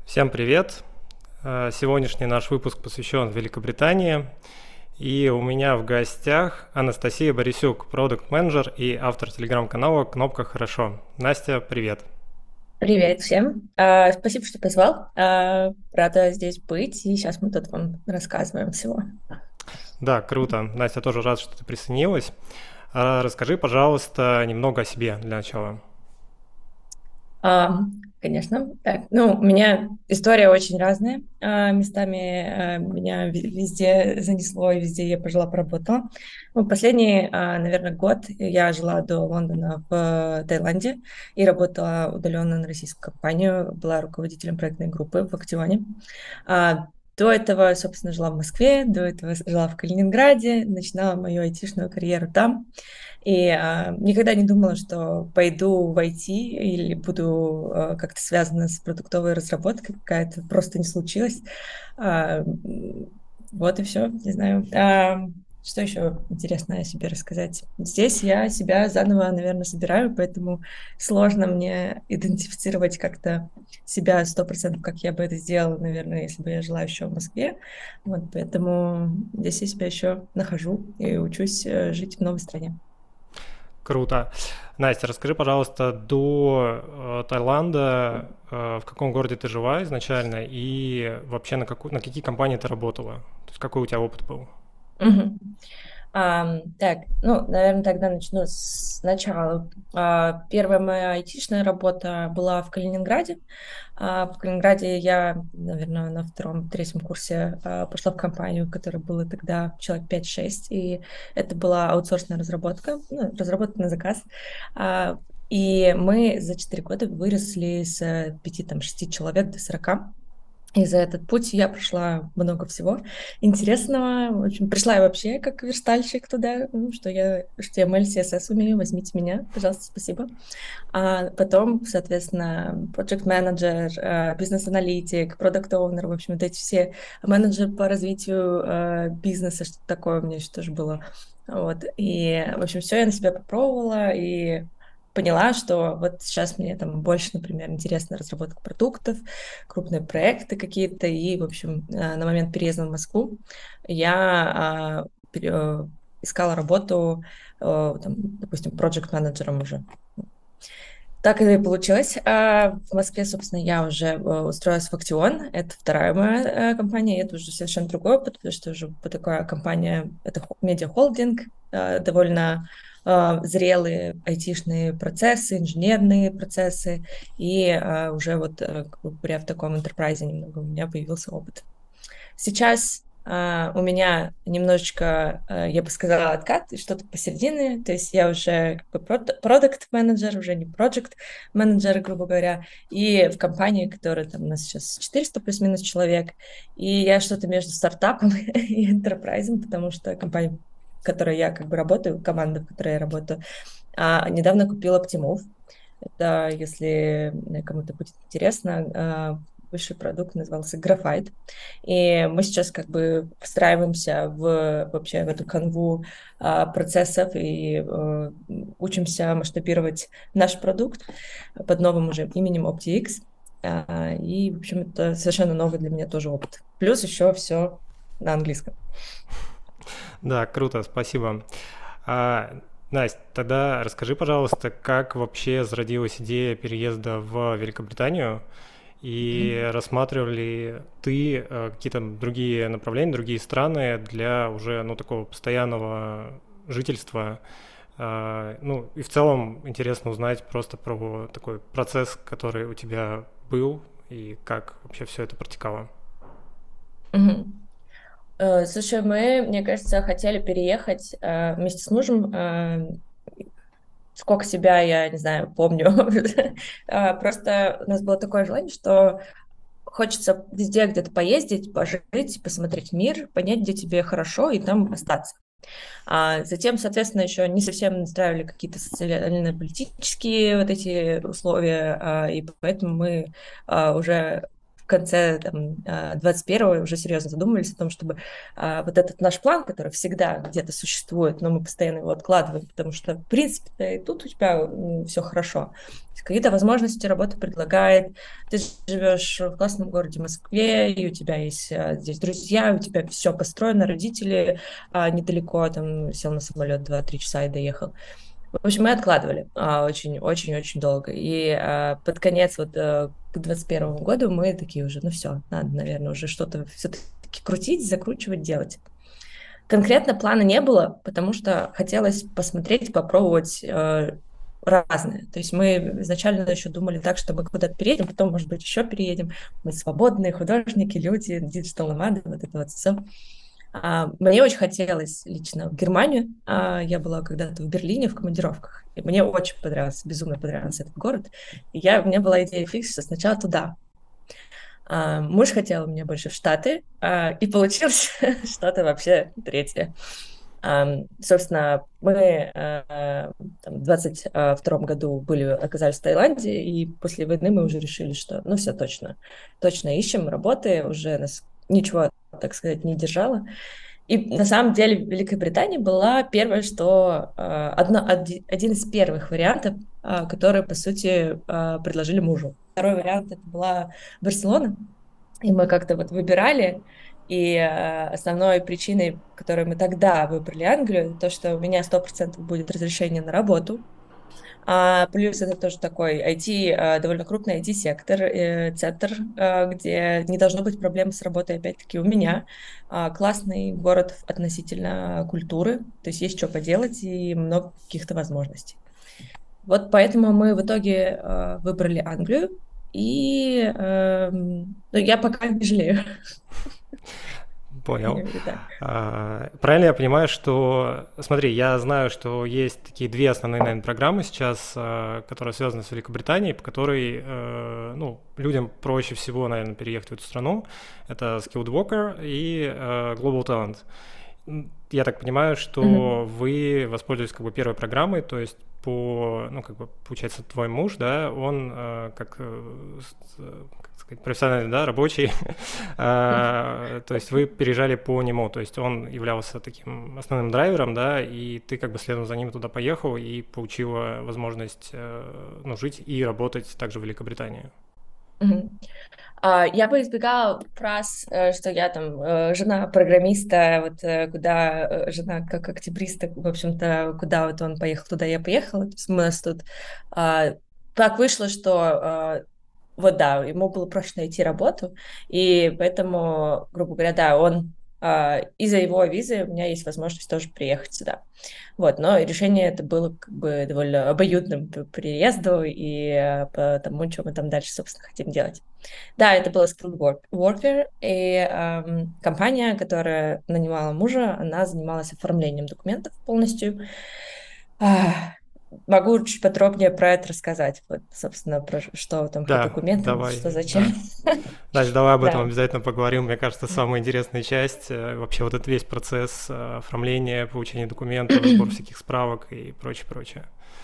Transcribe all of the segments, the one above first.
Всем привет! Сегодняшний наш выпуск посвящен Великобритании. И у меня в гостях Анастасия Борисюк, продакт-менеджер и автор телеграм-канала «Кнопка Хорошо». Настя, привет! Привет всем. Спасибо, что позвал. Рада здесь быть. И сейчас мы тут вам рассказываем всего. Да, круто. Настя, тоже рад, что ты присоединилась. Расскажи, пожалуйста, немного о себе для начала. А, Конечно. Так, ну, у меня история очень разная. Местами меня везде занесло, и везде я пожила, поработала. Ну, последний, наверное, год я жила до Лондона в Таиланде и работала удаленно на российскую компанию, была руководителем проектной группы в Актионе. До этого, собственно, жила в Москве, до этого жила в Калининграде, начинала мою айтишную карьеру там. И никогда не думала, что пойду в IT или буду как-то связана с продуктовой разработкой какая-то. Просто не случилось. Вот и все, не знаю. Что еще интересно о себе рассказать? Здесь я себя заново, наверное, собираю, поэтому сложно мне идентифицировать как-то себя 100%, как я бы это сделала, наверное, если бы я жила еще в Москве. Вот поэтому здесь я себя еще нахожу и учусь жить в новой стране. Круто. Настя, расскажи, пожалуйста, до Таиланда, в каком городе ты жила изначально и вообще на какие компании ты работала? То есть какой у тебя опыт был? Мгм. Так, ну, наверное, тогда начну с начала. Первая моя айтишная работа была в Калининграде. В Калининграде я, наверное, на втором-третьем курсе пошла в компанию, в которой было тогда человек 5-6, и это была аутсорсная разработка, ну, разработка на заказ. А, И мы за 4 года выросли с 5-6 человек до 40. И за этот путь я прошла много всего интересного. В общем, пришла я вообще как верстальщик туда, ну, что я HTML, CSS умею, возьмите меня, пожалуйста, спасибо. А потом, соответственно, project менеджер, бизнес-аналитик, продакт оунер, в общем, вот эти все менеджер по развитию бизнеса, что-то такое у меня еще тоже было. Вот. И, в общем, все я на себя попробовала и поняла, что вот сейчас мне там больше, например, интересна разработка продуктов, крупные проекты какие-то. И, в общем, на момент переезда в Москву я искала работу, там, допустим, проект-менеджером уже. Так и получилось. В Москве, собственно, я уже устроилась в Актион. Это вторая моя компания. И это уже совершенно другой опыт, потому что уже такая компания, это медиа-холдинг, довольно зрелые айтишные процессы, инженерные процессы. И уже вот, грубо говоря, в таком enterprise немного у меня появился опыт. Сейчас у меня немножечко, я бы сказала, откат, и что-то посередине. То есть я уже как бы продукт-менеджер, уже не проект-менеджер, грубо говоря, и в компании, которая там у нас сейчас 400 плюс-минус человек, и я что-то между стартапом и энтерпрайзом, потому что компания, в которой я как бы работаю, команда, в которой я работаю, недавно купила Optimove. Это, если кому-то будет интересно, высший продукт назывался Graphite. И мы сейчас как бы встраиваемся вообще в эту канву процессов и учимся масштабировать наш продукт под новым уже именем OptiX. И, в общем, это совершенно новый для меня тоже опыт. Плюс еще все на английском. Да, круто, спасибо. А, Настя, тогда расскажи, пожалуйста, как вообще зародилась идея переезда в Великобританию и рассматривал ли ты какие-то другие направления, другие страны для уже, ну, такого постоянного жительства? Ну, и в целом интересно узнать просто про такой процесс, который у тебя был и как вообще все это протекало. Мгм. Слушай, мы, мне кажется, хотели переехать вместе с мужем. Сколько себя, я не знаю, помню. Просто у нас было такое желание, что хочется везде где-то поездить, пожить, посмотреть мир, понять, где тебе хорошо, и там остаться. Затем, соответственно, еще не совсем настраивали какие-то социально-политические вот эти условия, и поэтому мы уже конце там, 21-го уже серьезно задумывались о том, чтобы вот этот наш план, который всегда где-то существует, но мы постоянно его откладываем, потому что, в принципе-то, и тут у тебя все хорошо. Какие-то возможности работа предлагает. Ты живешь в классном городе Москве, и у тебя есть здесь друзья, у тебя все построено, родители недалеко, там, сел на самолет 2-3 часа и доехал. В общем, мы откладывали очень-очень-очень долго. И под конец, вот к 21-му году мы такие уже, ну все, надо, наверное, уже что-то все-таки крутить, закручивать, делать. Конкретно плана не было, потому что хотелось посмотреть, попробовать разное. То есть мы изначально еще думали так, что мы куда-то переедем, потом, может быть, еще переедем. Мы свободные художники, люди, диджитал-номады, вот это вот все. Мне очень хотелось лично в Германию. Я была когда-то в Берлине в командировках. И мне очень понравился, безумно понравился этот город. И у меня была идея фикс, что сначала туда. Муж хотел у меня больше в Штаты, и получилось что-то вообще третье. Собственно, мы в 22-м году оказались в Таиланде, и после войны мы уже решили, что ну все, точно ищем работы, уже нас ничего, так сказать, не держало. И на самом деле Великобритания была первое, что один из первых вариантов, которые, по сути, предложили мужу. Второй вариант это была Барселона, и мы как-то вот выбирали, и основной причиной, которой мы тогда выбрали Англию, то, что у меня 100% будет разрешение на работу. Плюс это тоже такой IT, довольно крупный IT-сектор, центр, где не должно быть проблем с работой, опять-таки, у меня. Классный город относительно культуры, то есть что поделать и много каких-то возможностей. Вот поэтому мы в итоге выбрали Англию, и я пока не жалею. Понял. Правильно я понимаю, что... Смотри, я знаю, что есть такие две основные, наверное, программы сейчас, которые связаны с Великобританией, по которой людям проще всего, наверное, переехать в эту страну. Это Skilled Worker и Global Talent. Я так понимаю, что вы воспользуетесь как бы первой программой, то есть получается, твой муж, да, он как сказать, профессиональный, да, рабочий, то есть вы переезжали по нему, то есть он являлся таким основным драйвером, да, и ты как бы следом за ним туда поехал и получила возможность жить и работать также в Великобритании. Я бы избегала фраз, что я там жена программиста, вот куда жена как октябриста, в общем-то, куда вот он поехал, туда я поехала. То есть у нас тут так вышло, что вот да, ему было проще найти работу, и поэтому, грубо говоря, да, он из-за его визы у меня есть возможность тоже приехать сюда. Вот, но решение это было как бы довольно обоюдным по приезду и по тому, что мы там дальше, собственно, хотим делать. Да, это было Skilled Worker, и компания, которая нанимала мужа, она занималась оформлением документов полностью. Могу чуть подробнее про это рассказать, вот, собственно, про что там по документам, давай, что зачем. Значит, давай об этом обязательно поговорим. Мне кажется, самая интересная часть, вообще вот этот весь процесс оформления, получения документов, сбор всяких справок и прочее.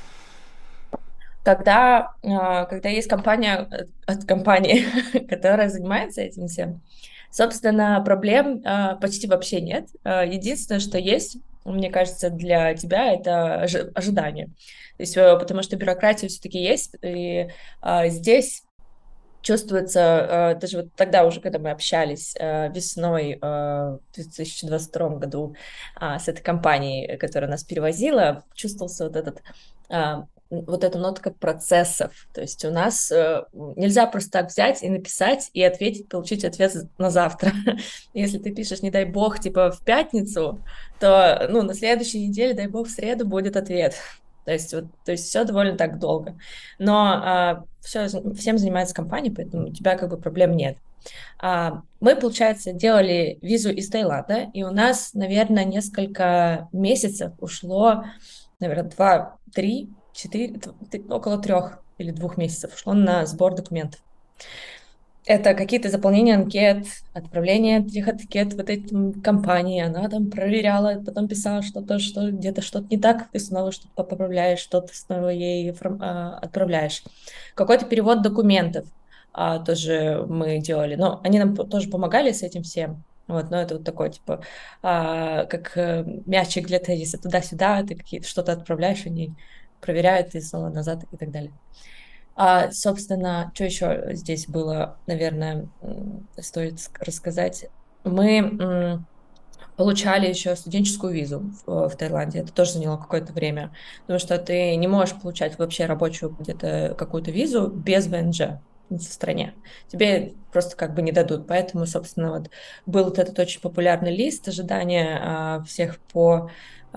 Когда есть компания от компании, которая занимается этим всем, собственно, проблем почти вообще нет. Единственное, что есть, мне кажется, для тебя, это ожидание. То есть, потому что бюрократия все-таки есть, и здесь чувствуется, даже вот тогда уже, когда мы общались весной в 2022 году с этой компанией, которая нас перевозила, чувствовался вот эта нотка процессов. То есть у нас нельзя просто так взять и написать, и получить ответ на завтра. Если ты пишешь, не дай бог, типа в пятницу, то на следующей неделе, дай бог, в среду будет ответ. То есть все довольно так долго. Но всем занимается компания, поэтому у тебя как бы проблем нет. Мы, получается, делали визу из Таиланда, и у нас, наверное, несколько месяцев ушло, наверное, 2, 3, 4, около 3 или 2 месяцев ушло на сбор документов. Это какие-то заполнения анкет, отправление этих анкет вот этой компании. Она там проверяла, потом писала что-то, что где-то что-то не так, ты снова что-то поправляешь, что-то снова ей отправляешь. Какой-то перевод документов. тоже мы делали. Но они нам тоже помогали с этим всем. Вот, но это вот такой, типа, как мячик для тенниса, туда-сюда, ты какие-то что-то отправляешь, они проверяют и снова назад и так далее. Собственно, что еще здесь было, наверное, стоит рассказать. Мы получали еще студенческую визу в Таиланде. Это тоже заняло какое-то время, потому что ты не можешь получать вообще рабочую где-то какую-то визу без ВНЖ в стране. Тебе просто как бы не дадут. Поэтому, собственно, вот был вот этот очень популярный лист ожидания всех по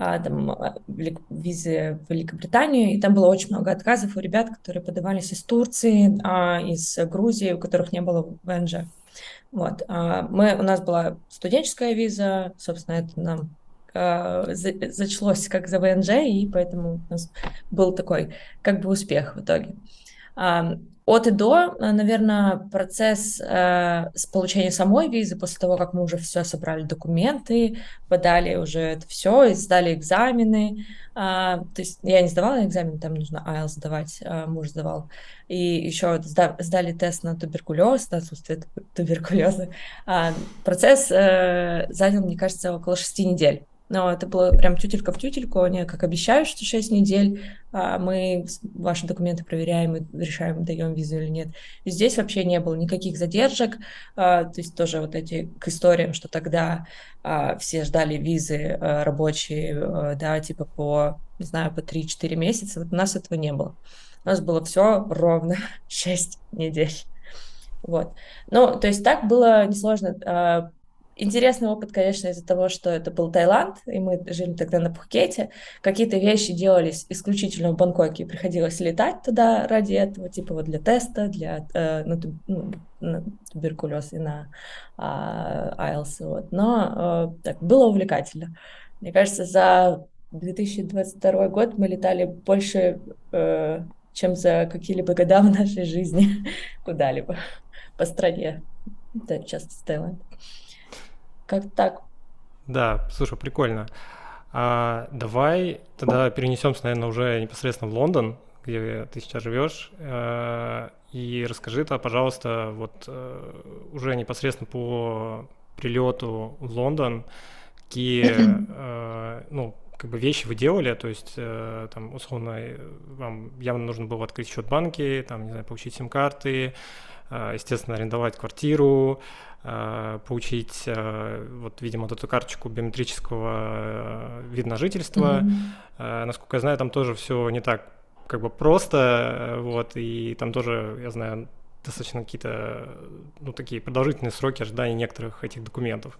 визе в Великобританию, и там было очень много отказов у ребят, которые подавались из Турции, из Грузии, у которых не было ВНЖ. Вот. У нас была студенческая виза, собственно, это нам зачлось как за ВНЖ, и поэтому у нас был такой как бы успех в итоге. От и до, наверное, процесс с получения самой визы, после того, как мы уже все собрали документы, подали уже это все, и сдали экзамены. То есть я не сдавала экзамен, там нужно IELTS сдавать, муж сдавал. И еще сдали тест на туберкулез, на отсутствие туберкулеза. Процесс занял, мне кажется, около 6 недель. Но это было прям тютелька в тютельку. Они как обещают, что 6 недель мы ваши документы проверяем и решаем, даем визу или нет. И здесь вообще не было никаких задержек. То есть тоже вот эти к историям, что тогда все ждали визы рабочие, да, типа по, не знаю, по 3-4 месяца. Вот у нас этого не было. У нас было все ровно 6 недель. Вот. Ну, то есть так было несложно. Интересный опыт, конечно, из-за того, что это был Таиланд, и мы жили тогда на Пхукете. Какие-то вещи делались исключительно в Бангкоке, и приходилось летать туда ради этого, типа вот для теста, для на туберкулез и на IELTS. Вот. Но так, было увлекательно. Мне кажется, за 2022 год мы летали больше, чем за какие-либо года в нашей жизни куда-либо по стране. Да, часто в Таиланд. Как так? Да, слушай, прикольно. Давай тогда перенесемся, наверное, уже непосредственно в Лондон, где ты сейчас живешь, и расскажи-то, пожалуйста, вот уже непосредственно по прилету в Лондон, какие, ну, как бы вещи вы делали, то есть там условно вам явно нужно было открыть счет в банке, там, не знаю, получить сим-карты, естественно, арендовать квартиру, получить, вот, видимо, вот эту карточку биометрического вида на жительство. Насколько я знаю, там тоже все не так как бы просто, вот, и там тоже, я знаю, достаточно какие-то, ну, такие продолжительные сроки ожидания некоторых этих документов.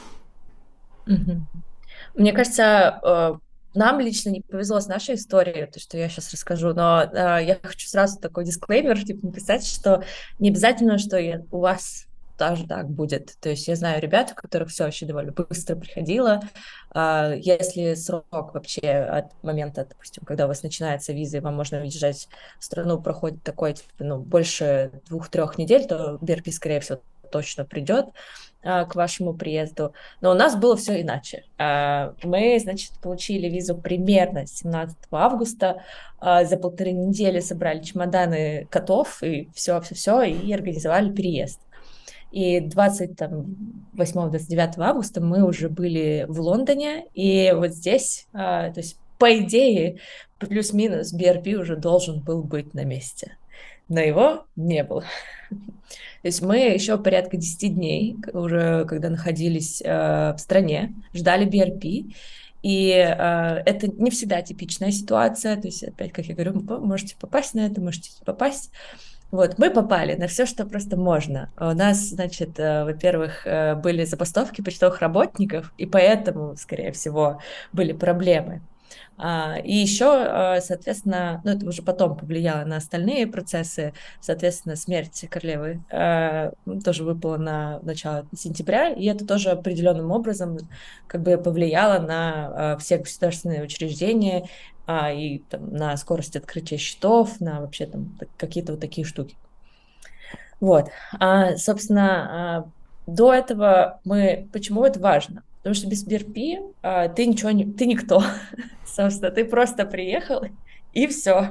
Мне кажется, нам лично не повезло с нашей историей, то, что я сейчас расскажу, но я хочу сразу такой дисклеймер типа, написать, что не обязательно, что у вас тоже так будет. То есть я знаю ребят, у которых все очень довольно быстро приходило. Если срок вообще от момента, допустим, когда у вас начинается виза, и вам можно въезжать в страну, проходит такой, типа, ну, больше 2-3 недель, то BRP, скорее всего, точно придет к вашему приезду. Но у нас было все иначе. Мы, значит, получили визу примерно 17 августа. За 1,5 недели собрали чемоданы котов и все-все-все, и организовали переезд. И 28-29 августа мы уже были в Лондоне, и вот здесь, то есть, по идее, плюс-минус BRP уже должен был быть на месте. Но его не было. То есть мы еще порядка 10 дней, уже когда находились в стране, ждали BRP. И это не всегда типичная ситуация. То есть, опять, как я говорю, вы можете попасть на это, можете не попасть. Вот, мы попали на все, что просто можно. У нас, значит, во-первых, были забастовки почтовых работников, и поэтому, скорее всего, были проблемы. И еще, соответственно, ну это уже потом повлияло на остальные процессы, соответственно, смерть королевы тоже выпала на начало сентября, и это тоже определенным образом как бы повлияло на все государственные учреждения и там, на скорость открытия счетов, на вообще там какие-то вот такие штуки. Вот, собственно, до этого почему это важно? Потому что без BRP ты ничего не, ты никто. Собственно, ты просто приехал, и все.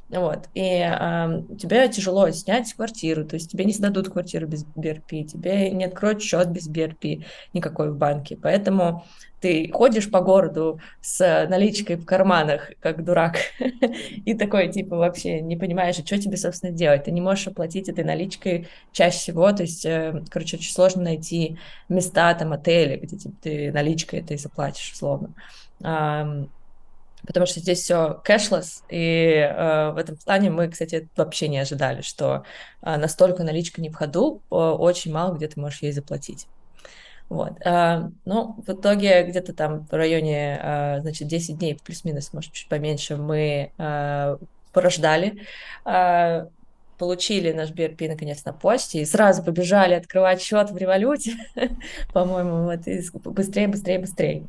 Вот. И тебе тяжело снять квартиру, то есть тебе не сдадут квартиру без BRP, тебе не откроют счет без BRP никакой в банке. Поэтому ты ходишь по городу с наличкой в карманах, как дурак, и такой, типа, вообще не понимаешь, а что тебе, собственно, делать. Ты не можешь оплатить этой наличкой чаще всего, то есть, короче, очень сложно найти места, там, отели, где типа, ты наличкой это и заплатишь, условно. Потому что здесь все кэшлесс, и в этом плане мы, кстати, вообще не ожидали, что настолько наличка не в ходу, очень мало где ты можешь ей заплатить. Вот. Ну, в итоге где-то там в районе, значит, 10 дней, плюс-минус, может, чуть поменьше, мы порождали, получили наш BRP наконец на почте и сразу побежали открывать счет в Революте, по-моему, вот, и быстрее, быстрее, быстрее.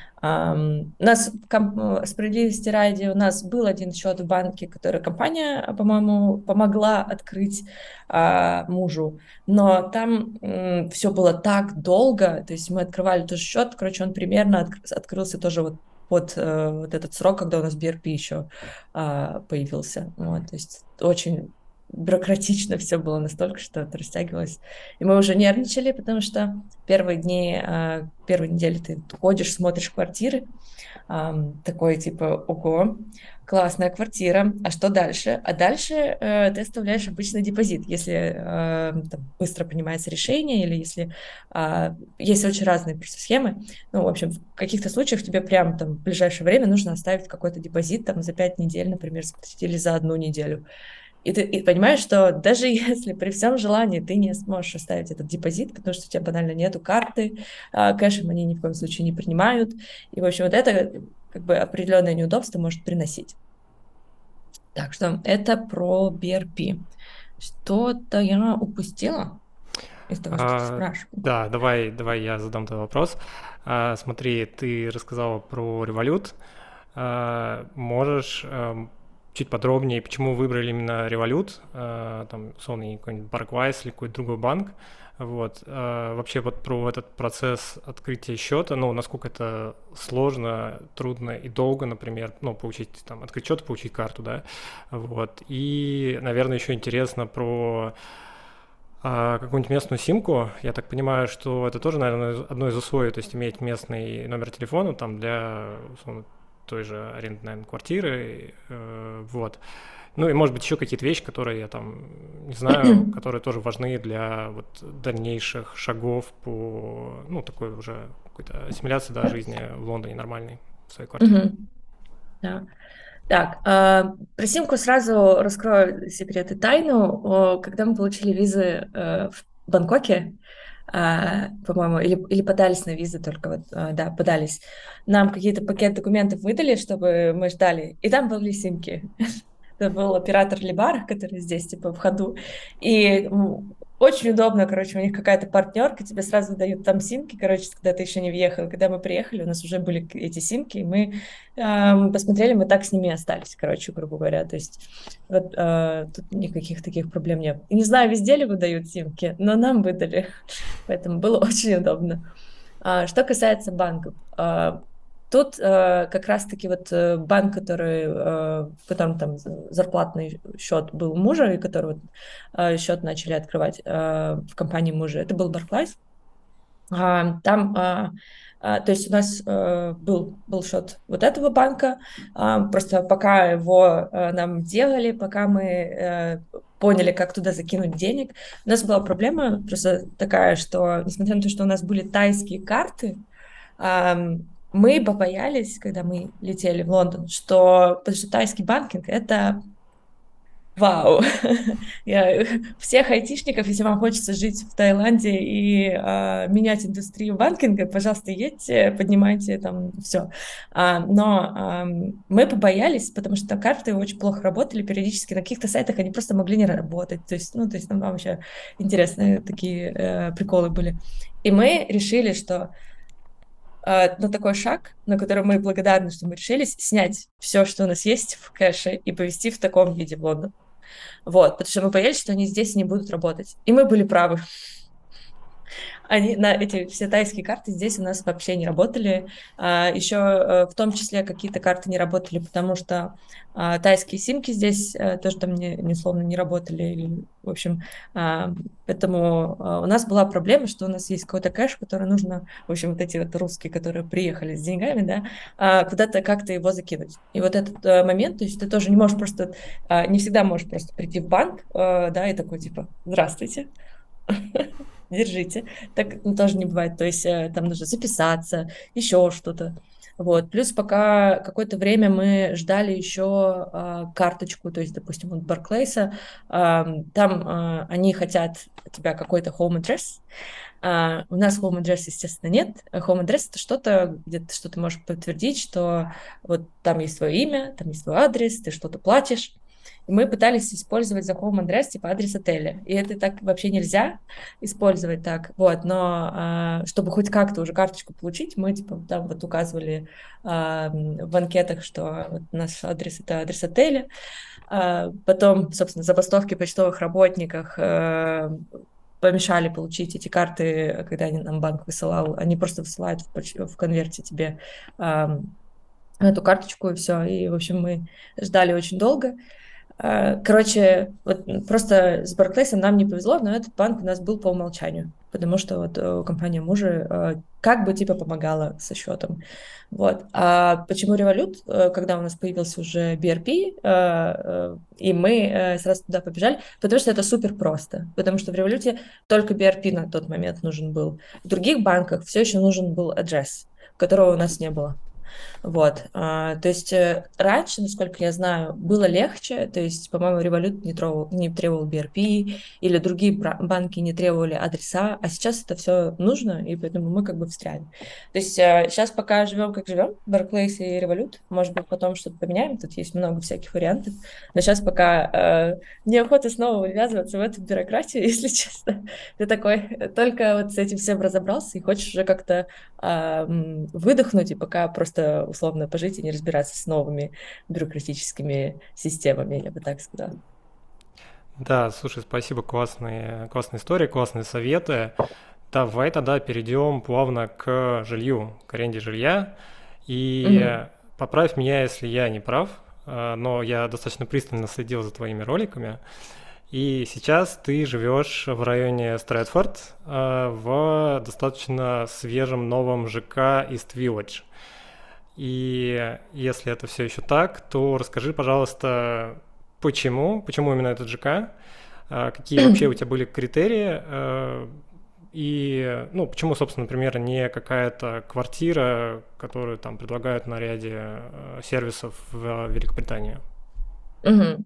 У нас, справедливости ради, у нас был один счет в банке, который компания, по-моему, помогла открыть мужу, но там все было так долго, то есть мы открывали тоже счет, короче, он примерно открылся тоже вот под вот этот срок, когда у нас BRP еще появился. Вот, то есть очень бюрократично все было настолько, что это растягивалось. И мы уже нервничали, потому что первые дни, первые недели ты ходишь, смотришь квартиры, такой типа, ого, классная квартира, а что дальше? А дальше ты оставляешь обычный депозит, если там, быстро принимается решение или если есть очень разные просто схемы. Ну, в общем, в каких-то случаях тебе прям там в ближайшее время нужно оставить какой-то депозит там за 5 недель, например, или за 1 неделю. И ты и понимаешь, что даже если при всем желании ты не сможешь оставить этот депозит, потому что у тебя банально нету карты, кэшем они ни в коем случае не принимают. И, в общем, вот это как бы определенное неудобство может приносить. Так что это про BRP. Что-то я упустила из того, что ты спрашивал. Да, давай я задам твой вопрос. Смотри, ты рассказала про Revolut. Можешь чуть подробнее, почему выбрали именно Revolut, там, условно, не какой-нибудь Barclays или какой-то другой банк? Вот. Вообще вот про этот процесс открытия счета, ну, насколько это сложно, трудно и долго, например, ну, получить, там, открыть счет, получить карту, да, вот. И, наверное, еще интересно про какую-нибудь местную симку. Я так понимаю, что это тоже, наверное, одно из условий, то есть иметь местный номер телефона там для, условно, той же аренды, наверное, квартиры, вот. Ну и, может быть, еще какие-то вещи, которые я там не знаю, которые тоже важны для вот дальнейших шагов по, ну, такой уже какой-то ассимиляции, да, жизни в Лондоне нормальной, в своей квартире. Да. Так, про симку сразу раскрою секрет и тайну. Когда мы получили визы в Бангкоке, по-моему, или подались на визы только, вот, да, подались, нам какие-то пакет документов выдали, чтобы мы ждали, и там были симки. Это был оператор Либар, который здесь, типа, в ходу. И очень удобно, короче, у них какая-то партнерка, тебе сразу дают там симки, короче, когда ты еще не въехал. Когда мы приехали, у нас уже были эти симки, и мы посмотрели, мы так с ними и остались, короче, грубо говоря. То есть вот, тут никаких таких проблем нет. И не знаю, везде ли выдают симки, но нам выдали, поэтому было очень удобно. Что касается банков, тут как раз-таки вот банк, который, в котором там зарплатный счет был мужа, и который вот, счет начали открывать в компании мужа, это был Barclays. Там, то есть у нас был счет вот этого банка, просто пока его нам делали, пока мы поняли, как туда закинуть денег, у нас была проблема просто такая, что несмотря на то, что у нас были тайские карты, мы побоялись, когда мы летели в Лондон, потому что тайский банкинг — это вау. Всех айтишников, если вам хочется жить в Таиланде и менять индустрию банкинга, пожалуйста, едьте, поднимайте там все. Но мы побоялись, потому что карты очень плохо работали периодически. На каких-то сайтах они просто могли не работать. То есть, ну, то есть нам вообще интересные такие приколы были. И мы решили, что на такой шаг, на который мы благодарны, что мы решились снять все, что у нас есть в кэше, и повезти в таком виде в Лондон. Вот, потому что мы боялись, что они здесь не будут работать. И мы были правы. Они на эти все тайские карты здесь у нас вообще не работали. Еще в том числе какие-то карты не работали, потому что тайские симки здесь тоже там не, словно не работали. В общем, а, поэтому у нас была проблема, что у нас есть какой-то кэш, который нужно, в общем, вот эти вот русские, которые приехали с деньгами, да, куда-то как-то его закинуть. И вот этот момент, то есть ты тоже не можешь просто, не всегда можешь просто прийти в банк, да, и такой типа, здравствуйте, держите. Так тоже не бывает. То есть там нужно записаться, еще что-то. Вот. Плюс пока какое-то время мы ждали еще карточку, то есть, допустим, от Барклейса, там они хотят от тебя какой-то home address. У нас home address, естественно, нет. Home address — это что-то, где ты что-то можешь подтвердить, что вот там есть твое имя, там есть твой адрес, ты что-то платишь. И мы пытались использовать за home address типа адрес отеля. И это так вообще нельзя использовать так. Вот, но чтобы хоть как-то уже карточку получить, мы типа там вот указывали в анкетах, что вот наш адрес — это адрес отеля. Потом, собственно, забастовки почтовых работников помешали получить эти карты, когда они нам банк высылал. Они просто высылают в конверте тебе эту карточку, и все. И, в общем, мы ждали очень долго. Короче, вот просто с Барклейсом нам не повезло, но этот банк у нас был по умолчанию, потому что вот компания мужа как бы типа помогала со счетом. Вот. А почему Revolut, когда у нас появился уже BRP, и мы сразу туда побежали? Потому что это супер просто. Потому что в Revolut только BRP на тот момент нужен был. В других банках все еще нужен был адрес, которого у нас не было. Вот, то есть раньше, насколько я знаю, было легче, то есть, по-моему, Revolut не требовал BRP, или другие банки не требовали адреса, а сейчас это все нужно, и поэтому мы как бы встряли. То есть сейчас пока живем, как живем, Barclays и Revolut, может быть, потом что-то поменяем, тут есть много всяких вариантов, но сейчас пока неохота снова ввязываться в эту бюрократию, если честно. Ты такой только вот с этим всем разобрался и хочешь уже как-то выдохнуть и пока просто условно пожить и не разбираться с новыми бюрократическими системами, я бы так сказала. Да, слушай, спасибо, классные истории, классные советы. Давай тогда перейдем плавно к жилью, к аренде жилья. Мгм. И поправь меня, если я не прав, но я достаточно пристально следил за твоими роликами. И сейчас ты живешь в районе Стрэдфорд, в достаточно свежем новом ЖК East Village. И если это все еще так, то расскажи, пожалуйста, почему именно этот ЖК, какие вообще у тебя были критерии, и, ну, почему, собственно, например, не какая-то квартира, которую там предлагают на ряде сервисов в Великобритании? Мгм.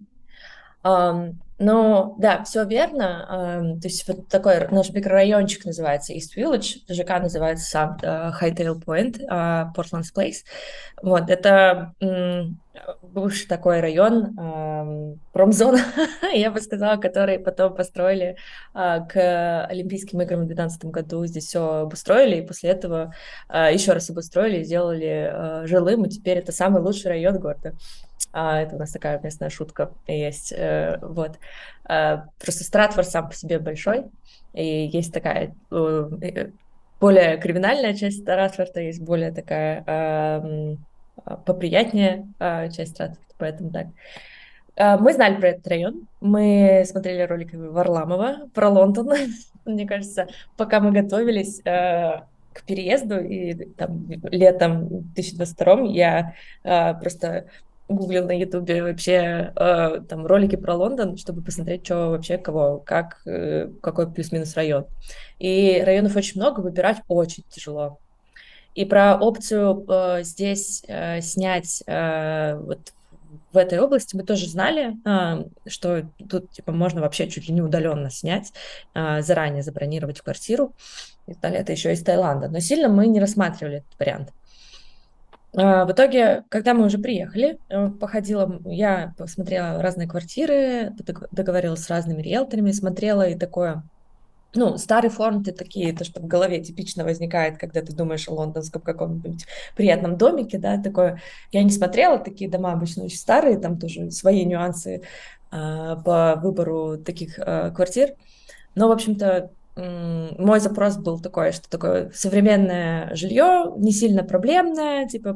Ну, да, все верно. То есть вот такой наш микрорайончик называется East Village, ЖК называется сам Hightail Point, Portland's Place. Вот, это бывший такой район, промзона, я бы сказала, который потом построили к Олимпийским играм в 2012 году. Здесь все обустроили, и после этого еще раз обустроили, и сделали жилым, и теперь это самый лучший район города. Это у нас такая местная шутка есть. Вот. Просто Стратфорд сам по себе большой, и есть такая более криминальная часть Стратфорда, есть более такая поприятнее часть Стратфорда, поэтому так. Мы знали про этот район, мы смотрели ролики Варламова про Лондон. Мне кажется, пока мы готовились к переезду, и там летом 2022 я просто гуглил на Ютубе вообще там ролики про Лондон, чтобы посмотреть, что вообще кого, как, какой плюс-минус район. И районов очень много, выбирать очень тяжело. И про опцию здесь снять вот в этой области мы тоже знали, что тут типа можно вообще чуть ли не удаленно снять, заранее забронировать квартиру. И далее это еще из Таиланда. Но сильно мы не рассматривали этот вариант. В итоге, когда мы уже приехали, походила, я посмотрела разные квартиры, договорилась с разными риэлторами, смотрела и такое, ну, старый фонд, и такие, то, что в голове типично возникает, когда ты думаешь о лондонском каком-нибудь приятном домике, да, такое. Я не смотрела, такие дома обычно очень старые, там тоже свои нюансы по выбору таких квартир. Но, в общем-то, мой запрос был такой, что такое современное жилье, не сильно проблемное, типа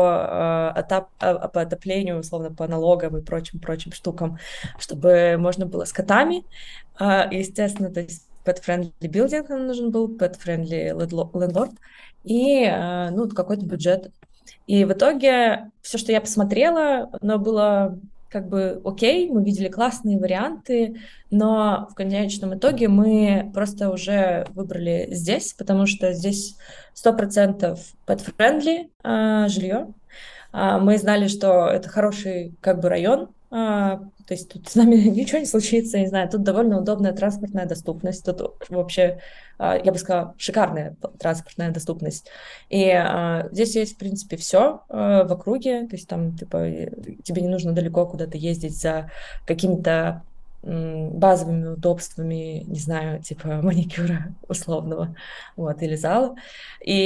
по отоплению, условно, по налогам и прочим штукам, чтобы можно было с котами. Естественно, то есть pet-friendly building нам нужен был, pet-friendly landlord и, ну, какой-то бюджет. И в итоге все, что я посмотрела, оно было как бы окей, мы видели классные варианты, но в конечном итоге мы просто уже выбрали здесь, потому что здесь 100% pet-friendly жилье. Мы знали, что это хороший как бы район, то есть тут с нами ничего не случится, не знаю, тут довольно удобная транспортная доступность, тут вообще, я бы сказала, шикарная транспортная доступность. И здесь есть, в принципе, все в округе, то есть там, типа, тебе не нужно далеко куда-то ездить за какими-то базовыми удобствами, не знаю, типа маникюра условного, вот, или зала. И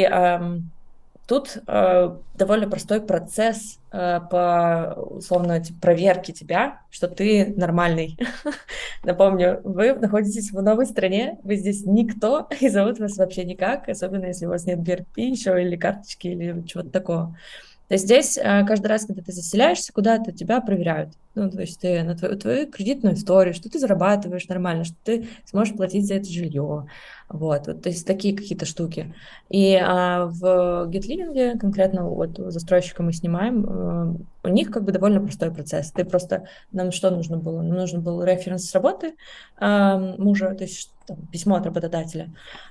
тут довольно простой процесс по, условно, проверке тебя, что ты нормальный. Напомню, вы находитесь в новой стране, вы здесь никто, и зовут вас вообще никак, особенно если у вас нет BRP еще или карточки, или чего-то такого. То есть здесь каждый раз, когда ты заселяешься куда-то, тебя проверяют. Ну, то есть ты на твою кредитную историю, что ты зарабатываешь нормально, что ты сможешь платить за это жилье. Вот, то есть такие какие-то штуки. И в GetLiving конкретно вот у застройщика мы снимаем, у них как бы довольно простой процесс. Ты просто, нам что нужно было? Нам нужен был референс с работы мужа, то есть там, письмо от работодателя.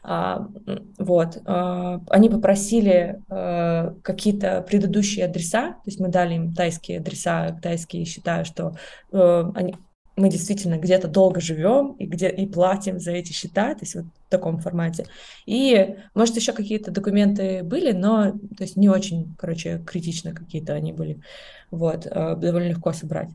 Вот. Они попросили какие-то предыдущие адреса, то есть мы дали им тайские адреса, тайские, считая, что мы действительно где-то долго живем и платим за эти счета, то есть вот в таком формате. И, может, еще какие-то документы были, но, то есть не очень, короче, критично какие-то они были. Вот, довольно легко собрать.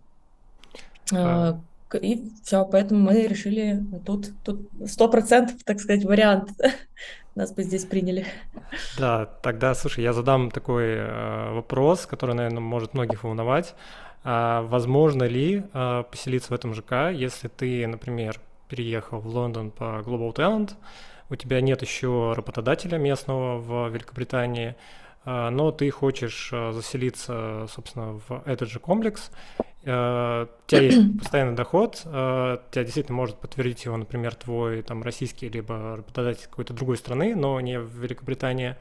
А, И все, поэтому мы решили, тут 100%, так сказать, вариант нас бы здесь приняли. Да, тогда, слушай, я задам такой вопрос, который, наверное, может многих волновать. Возможно ли поселиться в этом ЖК, если ты, например, переехал в Лондон по Global Talent, у тебя нет еще работодателя местного в Великобритании, но ты хочешь заселиться, собственно, в этот же комплекс, у тебя есть постоянный доход, тебя действительно может подтвердить его, например, твой там российский либо работодатель какой-то другой страны, но не в Великобритании.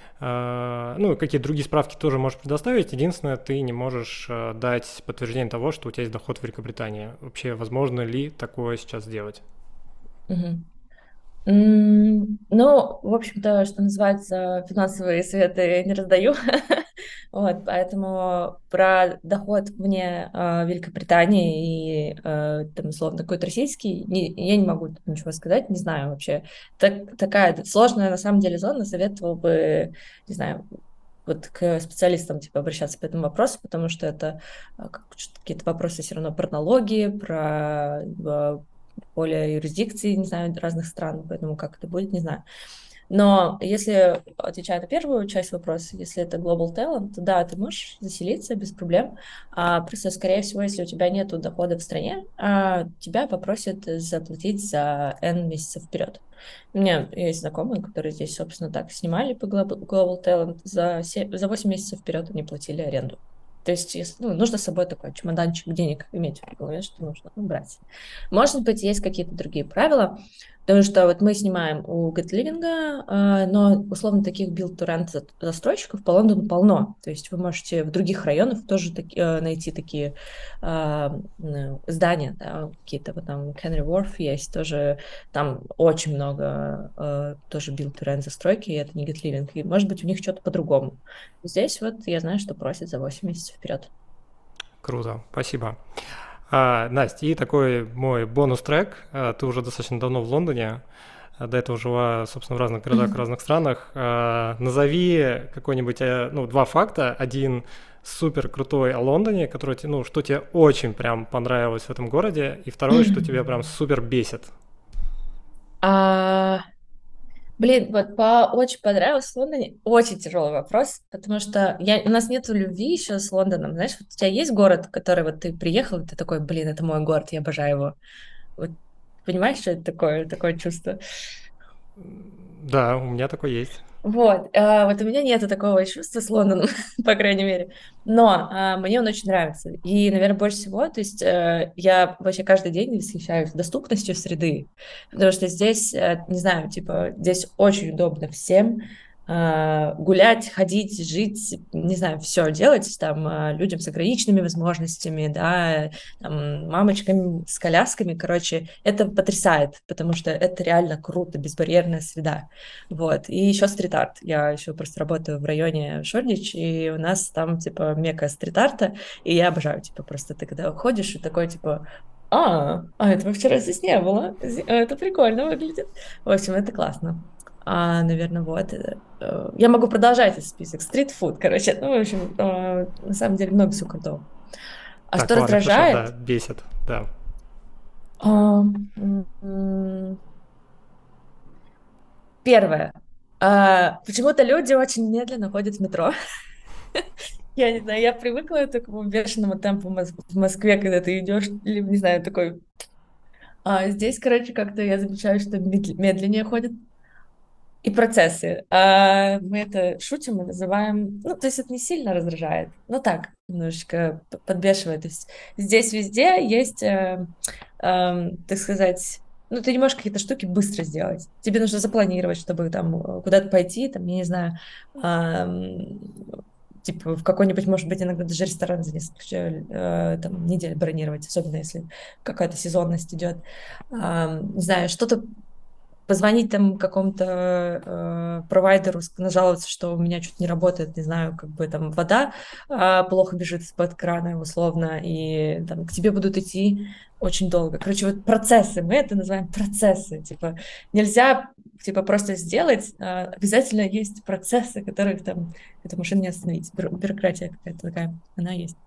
Ну, какие-то другие справки тоже можешь предоставить. Единственное, ты не можешь дать подтверждение того, что у тебя есть доход в Великобритании. Вообще, возможно ли такое сейчас сделать? Мгм. Ну, в общем-то, что называется, финансовые советы не раздаю. Вот, поэтому про доход вне Великобритании и, там, условно, какой-то российский, я не могу ничего сказать, не знаю вообще. Такая сложная, на самом деле, зона, советовал бы, не знаю, вот к специалистам, типа, обращаться по этому вопросу, потому что это какие-то вопросы все равно про налоги, про поле юрисдикции, не знаю, разных стран, поэтому как это будет, не знаю. Но если, отвечая на первую часть вопроса, если это Global Talent, то да, ты можешь заселиться без проблем. Просто, скорее всего, если у тебя нет дохода в стране, тебя попросят заплатить за N месяцев вперед. У меня есть знакомые, которые здесь, собственно, так снимали по Global Talent. За 8 месяцев вперед они платили аренду. То есть, ну, нужно с собой такой чемоданчик денег иметь в голове, что нужно брать. Может быть, есть какие-то другие правила, потому что вот мы снимаем у GetLiving, но условно таких build-to-rent застройщиков по Лондону полно. То есть вы можете в других районах тоже найти такие здания, да, какие-то вот там Canary Wharf есть, тоже там очень много тоже build-to-rent застройки, и это не GetLiving. И может быть у них что-то по-другому. Здесь вот я знаю, что просят за 8 месяцев вперед. Круто, спасибо. Настя, и такой мой бонус-трек. Ты уже достаточно давно в Лондоне, до этого жила, собственно, в разных городах, в разных странах. Назови какой-нибудь, ну, два факта. Один супер крутой о Лондоне, который, ну, что тебе очень прям понравилось в этом городе, и второй, что тебя прям супер бесит. А, Блин, вот очень понравилось в Лондоне. Очень тяжелый вопрос, потому что у нас нету любви еще с Лондоном. Знаешь, вот у тебя есть город, который вот ты приехал, и ты такой, блин, это мой город, я обожаю его. Вот понимаешь, что это такое чувство? Да, у меня такой есть. Вот у меня нету такого чувства с Лондоном, по крайней мере, но мне он очень нравится. И, наверное, больше всего, то есть я вообще каждый день восхищаюсь доступностью среды, потому что здесь, не знаю, типа, здесь очень удобно всем гулять, ходить, жить, не знаю, все делать там людям с ограниченными возможностями, да, там, мамочками с колясками, короче, это потрясает, потому что это реально круто, безбарьерная среда. Вот. И еще стрит-арт. Я еще просто работаю в районе Шордич, и у нас там, типа, мекка стрит-арта, и я обожаю, типа, просто ты когда уходишь, и такой, типа, этого вчера здесь не было. Это прикольно выглядит. В общем, это классно. Наверное, вот. Я могу продолжать этот список. Стрит-фуд, короче. Ну, в общем, на самом деле много всего крутого. А Так, что ладно, хорошо, раздражает? да, бесит, да. А, м, Первое. Почему-то люди очень медленно ходят в метро. Я не знаю, я привыкла к такому бешеному темпу в Москве, когда ты идешь, или, не знаю, такой... здесь, короче, как-то я замечаю, что медленнее ходят и процессы. Мы это шутим и называем... Ну, то есть это не сильно раздражает, но так, немножечко подбешивает. То есть здесь везде есть, так сказать... Ну, ты не можешь какие-то штуки быстро сделать. Тебе нужно запланировать, чтобы там куда-то пойти, там, я не знаю, типа в какой-нибудь, может быть, иногда даже ресторан за несколько там, недель бронировать, особенно если какая-то сезонность идет. Не знаю, что-то позвонить там какому-то провайдеру, нажаловаться, что у меня что-то не работает, не знаю, как бы там вода плохо бежит из-под крана, условно, и там к тебе будут идти очень долго. Короче, вот процессы, мы это называем процессы, типа нельзя типа просто сделать, обязательно есть процессы, которых там эту машину не остановить. Бюрократия какая-то такая, она есть.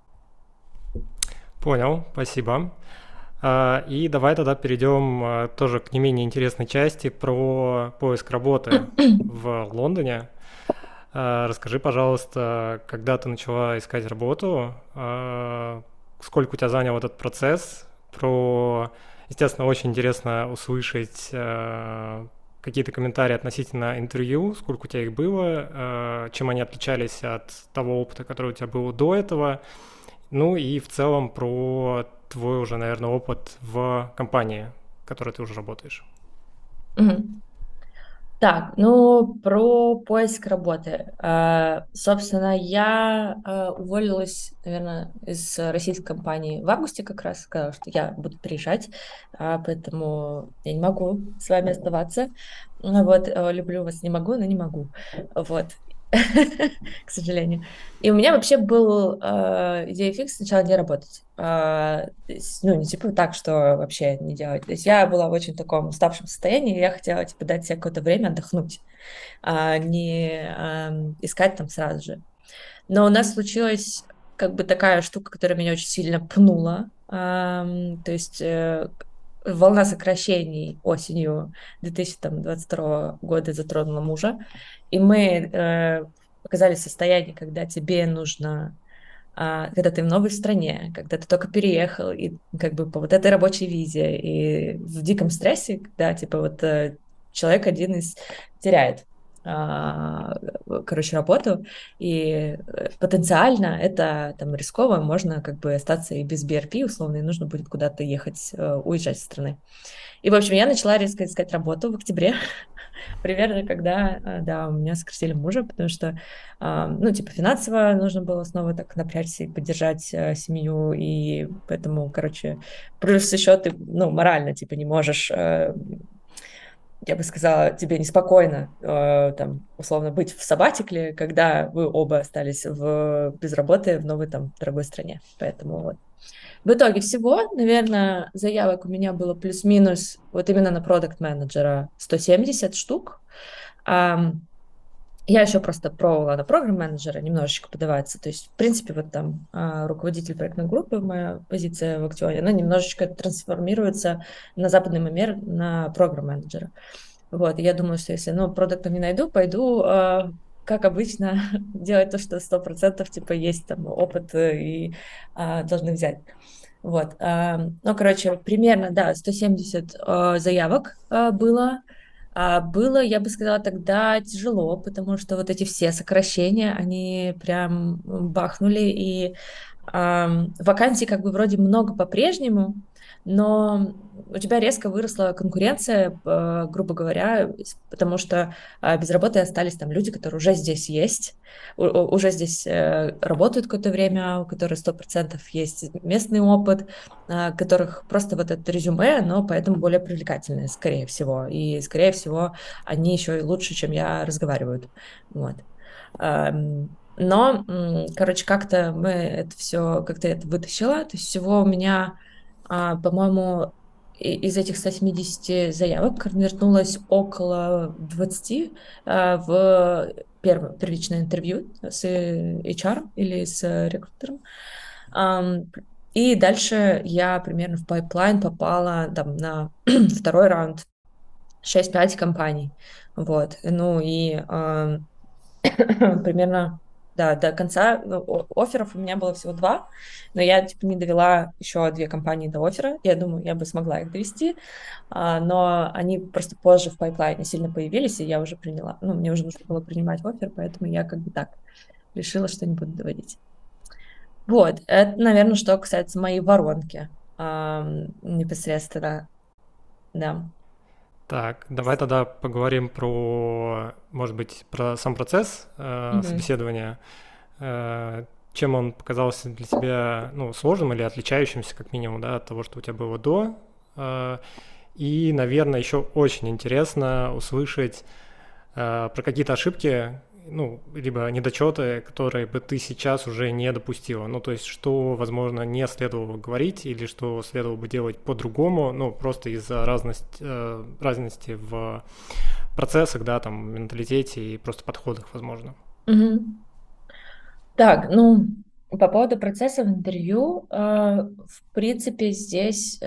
Понял, спасибо. И давай тогда перейдем тоже к не менее интересной части про поиск работы в Лондоне. Расскажи, пожалуйста, когда ты начала искать работу, сколько у тебя занял этот процесс, естественно, очень интересно услышать какие-то комментарии относительно интервью, сколько у тебя их было, чем они отличались от того опыта, который у тебя был до этого, ну и в целом про твой уже, наверное, опыт в компании, в которой ты уже работаешь. Мгм. Так, ну, про поиск работы. Собственно, я уволилась, наверное, из российской компании в августе как раз, сказала, что я буду переезжать, поэтому я не могу с вами оставаться. Вот, люблю вас, не могу, но не могу. Вот, к сожалению. И у меня вообще был идея фикс сначала не работать. То есть, ну, не типа так, что вообще не делать. То есть я была в очень таком уставшем состоянии, и я хотела, типа, дать себе какое-то время отдохнуть, не искать там сразу же. Но у нас случилась как бы такая штука, которая меня очень сильно пнула. То есть волна сокращений осенью 2022 года затронула мужа, и мы оказались в состоянии, когда тебе нужно когда ты в новой стране, когда ты только переехал, и как бы по вот этой рабочей визе, и в диком стрессе, когда, типа, вот человек один из теряет, а, короче, работу, и потенциально это там рисково, можно как бы остаться и без BRP, условно, и нужно будет куда-то ехать, уезжать из страны. И, в общем, я начала резко искать работу в октябре, примерно когда, да, у меня сократили мужа, потому что, ну, типа, финансово нужно было снова так напрячься и поддержать семью, и поэтому, короче, плюс еще ты, ну, морально, типа, не можешь, я бы сказала, тебе неспокойно, там, условно, быть в сабатикле, когда вы оба остались без работы в новой, там, дорогой стране. Поэтому вот. В итоге всего, наверное, заявок у меня было плюс-минус вот именно на продакт-менеджера 170 штук. Ам, Я еще просто пробовала на программ-менеджера немножечко подаваться. То есть, в принципе, вот там руководитель проектной группы, моя позиция в Актионе, она немножечко трансформируется на западный манер на программ-менеджера. Вот, и я думаю, что если, ну, продукта не найду, пойду, как обычно, делать то, что 100% типа есть там опыт и должны взять. Вот, ну, короче, примерно, да, 170 заявок было. Было, я бы сказала, тогда тяжело, потому что вот эти все сокращения, они прям бахнули, и вакансий как бы вроде много по-прежнему, но у тебя резко выросла конкуренция, грубо говоря, потому что без работы остались там люди, которые уже здесь есть, уже здесь работают какое-то время, у которых 100% есть местный опыт, которых просто вот это резюме, но поэтому более привлекательное, скорее всего. И, скорее всего, они еще и лучше, чем я, разговаривают. Вот. Но, короче, как-то мы это все, как-то это вытащила. То есть всего у меня, по-моему, из этих 170 заявок конвертнулось около 20 в первичное интервью с HR или с рекрутером. Ам, И дальше я примерно в пайплайн попала там на второй раунд 6-5 компаний. Вот. Ну и примерно, да, до конца офферов у меня было всего 2, но я, типа, не довела еще 2 компании до оффера. Я думаю, я бы смогла их довести, но они просто позже в пайплайне сильно появились, и я уже приняла. Ну, мне уже нужно было принимать оффер, поэтому я как бы так решила, что не буду доводить. Вот, это, наверное, что касается моей воронки непосредственно, да. Так, давай тогда поговорим про, может быть, про сам процесс Мгм. собеседования. Чем он показался для тебя, ну, сложным или отличающимся, как минимум, да, от того, что у тебя было до. И, наверное, еще очень интересно услышать про какие-то ошибки, ну, либо недочеты, которые бы ты сейчас уже не допустила. Ну, то есть, что, возможно, не следовало говорить или что следовало бы делать по-другому, ну, просто из-за разности в процессах, да, там, менталитете и просто подходах, возможно. Мгм. Так, ну, по поводу процесса в интервью, в принципе, здесь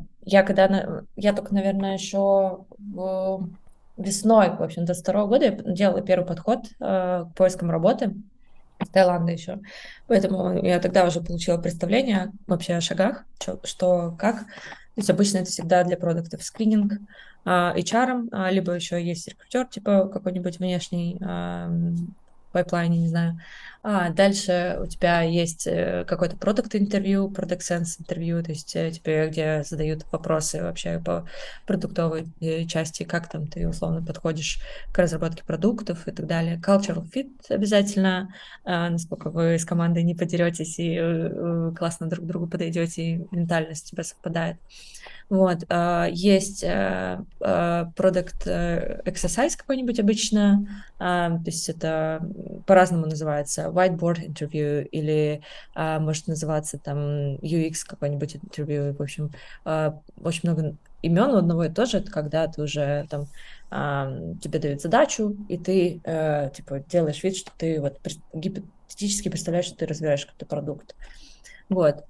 я только, наверное, еще весной, в общем-то, с второго года я делала первый подход к поискам работы из Таиланда еще. Поэтому я тогда уже получила представление вообще о шагах, что, как. То есть обычно это всегда для продуктов скрининг HR, либо еще есть рекрутер, типа какой-нибудь внешний пайплайн, не знаю. Дальше у тебя есть какой-то продукт-интервью, продукт-сенс интервью, то есть тебе, где задают вопросы вообще по продуктовой части, как там ты условно подходишь к разработке продуктов и так далее. Cultural fit обязательно, насколько вы с командой не подеретесь и классно друг к другу подойдете, и ментальность у тебя совпадает. Вот, есть product exercise какой-нибудь обычно, то есть это по-разному называется, whiteboard interview или может называться там UX какой-нибудь интервью, в общем, очень много имен у одного и того же, это когда ты уже там тебе дают задачу, и ты типа делаешь вид, что ты вот гипотетически представляешь, что ты разбираешь какой-то продукт. Вот.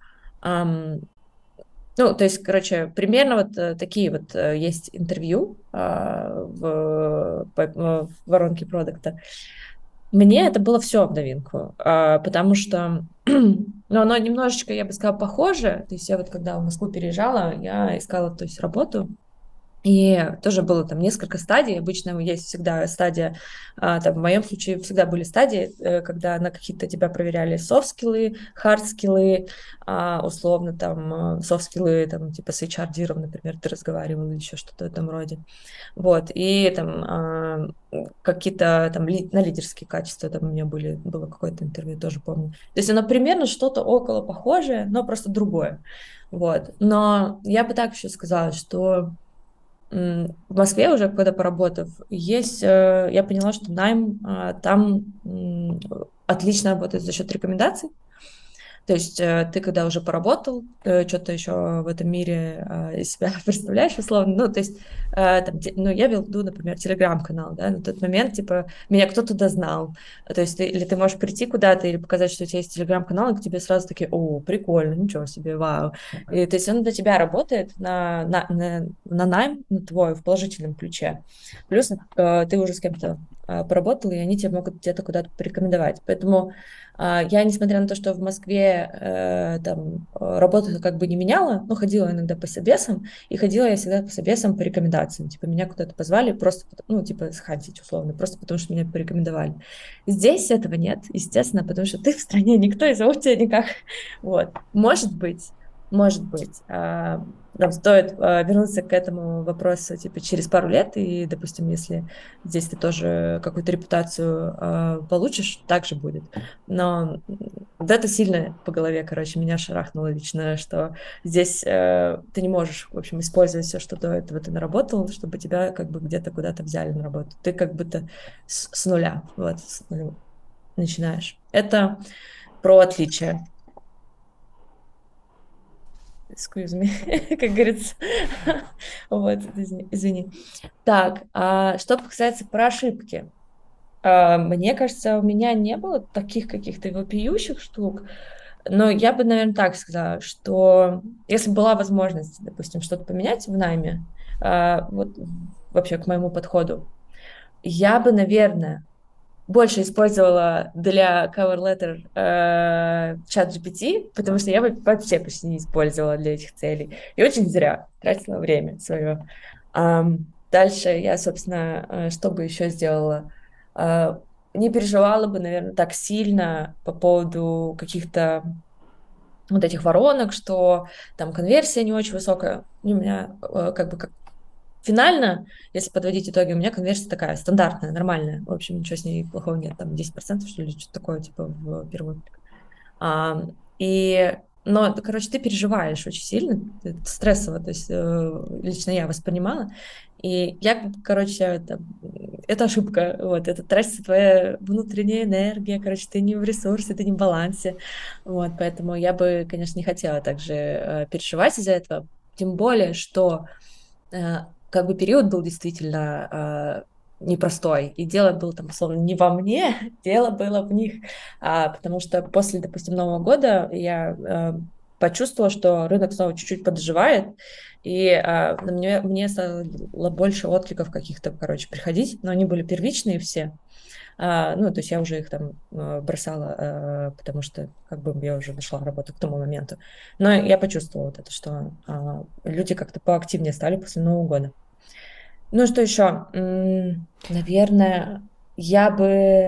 Ну, то есть, короче, примерно вот такие вот есть интервью в воронке продукта. Мне это было все в новинку, потому что, ну, оно немножечко, я бы сказала, похоже. То есть я вот когда в Москву переезжала, я искала, то есть, работу, и тоже было там несколько стадий. Обычно есть всегда стадия, там, в моем случае всегда были стадии, когда на какие-то тебя проверяли софт-скиллы, хард-скиллы, условно там софт-скиллы, там, типа с HR-диром, например, ты разговаривал или еще что-то в этом роде. Вот, и там какие-то там на лидерские качества там у меня было какое-то интервью, тоже помню. То есть оно примерно что-то около похожее, но просто другое. Вот. Но я бы так еще сказала, что в Москве уже, когда поработав, я поняла, что найм там отлично работает за счет рекомендаций. То есть ты, когда уже поработал, что-то еще в этом мире из себя представляешь, условно, ну, то есть, ну, я веду, например, телеграм-канал, да, на тот момент, типа, меня кто туда знал, то есть, или ты можешь прийти куда-то или показать, что у тебя есть телеграм-канал, и к тебе сразу такие, о, прикольно, ничего себе, вау. И, то есть он для тебя работает на найм, на твой, в положительном ключе. Плюс ты уже с кем-то поработал, и они тебя могут где-то куда-то порекомендовать. Поэтому я, несмотря на то, что в Москве там работу как бы не меняла, но ходила иногда по собесам, и ходила я всегда по собесам по рекомендациям. Типа меня куда-то позвали просто, ну, типа схантить условно, просто потому что меня порекомендовали. Здесь этого нет, естественно, потому что ты в стране, никто и зовут тебя никак. Вот. Может быть, нам стоит вернуться к этому вопросу типа через пару лет, и, допустим, если здесь ты тоже какую-то репутацию получишь, так же будет. Но вот это сильно по голове, короче, меня шарахнуло лично, что здесь ты не можешь, в общем, использовать все, что до этого ты наработал, чтобы тебя как бы где-то куда-то взяли на работу. Ты как будто с нуля, вот, начинаешь. Это про отличие. Excuse me, как говорится. Вот, извини. Так, что касается про ошибки. Мне кажется, у меня не было таких каких-то вопиющих штук, но я бы, наверное, так сказала, что если бы была возможность, допустим, что-то поменять в найме, вот вообще к моему подходу, я бы, наверное, больше использовала для cover letter чат GPT, потому что я бы вообще почти не использовала для этих целей. И очень зря тратила время свое. Дальше я, собственно, что бы еще сделала? А, Не переживала бы, наверное, так сильно по поводу каких-то вот этих воронок, что там конверсия не очень высокая. У меня как бы как финально, если подводить итоги, у меня конверсия такая стандартная, нормальная. В общем, ничего с ней плохого нет. Там 10% что ли, что-то такое, типа, в первый отклик. А, и, но, короче, ты переживаешь очень сильно, это стрессово, то есть лично я воспринимала. И я, короче, это ошибка, вот, это тратится твоя внутренняя энергия, короче, ты не в ресурсе, ты не в балансе, вот, поэтому я бы, конечно, не хотела также переживать из-за этого, тем более, что как бы период был действительно непростой, и дело было там, условно, не во мне, дело было в них, потому что после, допустим, Нового года я почувствовала, что рынок снова чуть-чуть подоживает, и мне стало больше откликов каких-то, короче, приходить, но они были первичные все, ну, то есть я уже их там бросала, потому что как бы я уже нашла работу к тому моменту. Но я почувствовала вот это, что люди как-то поактивнее стали после Нового года. Ну, что еще? Наверное, я бы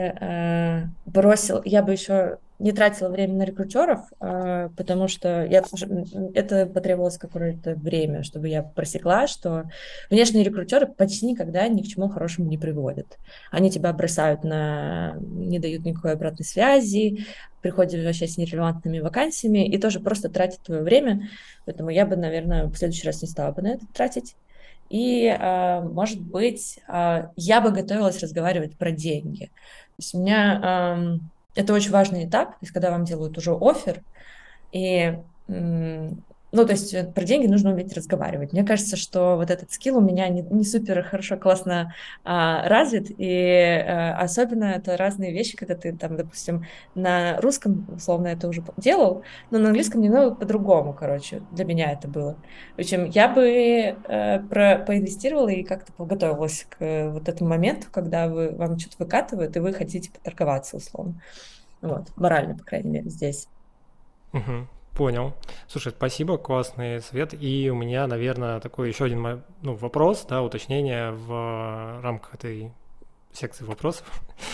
я бы еще не тратила время на рекрутеров, потому что это потребовалось какое-то время, чтобы я просекла, что внешние рекрутеры почти никогда ни к чему хорошему не приводят. Они тебя бросают не дают никакой обратной связи, приходят вообще с нерелевантными вакансиями и тоже просто тратят твое время. Поэтому я бы, наверное, в следующий раз не стала бы на это тратить. И, может быть, я бы готовилась разговаривать про деньги. То есть у меня это очень важный этап, то есть когда вам делают уже оффер, и, ну, то есть про деньги нужно уметь разговаривать. Мне кажется, что вот этот скилл у меня не супер хорошо, классно развит, и особенно это разные вещи, когда ты там, допустим, на русском, условно, это уже делал, но на английском немного по-другому, короче, для меня это было. В общем, я бы поинвестировала и как-то подготовилась к вот этому моменту, когда вам что-то выкатывают, и вы хотите поторговаться, условно. Вот, морально, по крайней мере, здесь. Мгм. Понял. Слушай, спасибо, классный совет. И у меня, наверное, такой еще один вопрос, да, уточнение в рамках этой секции вопросов,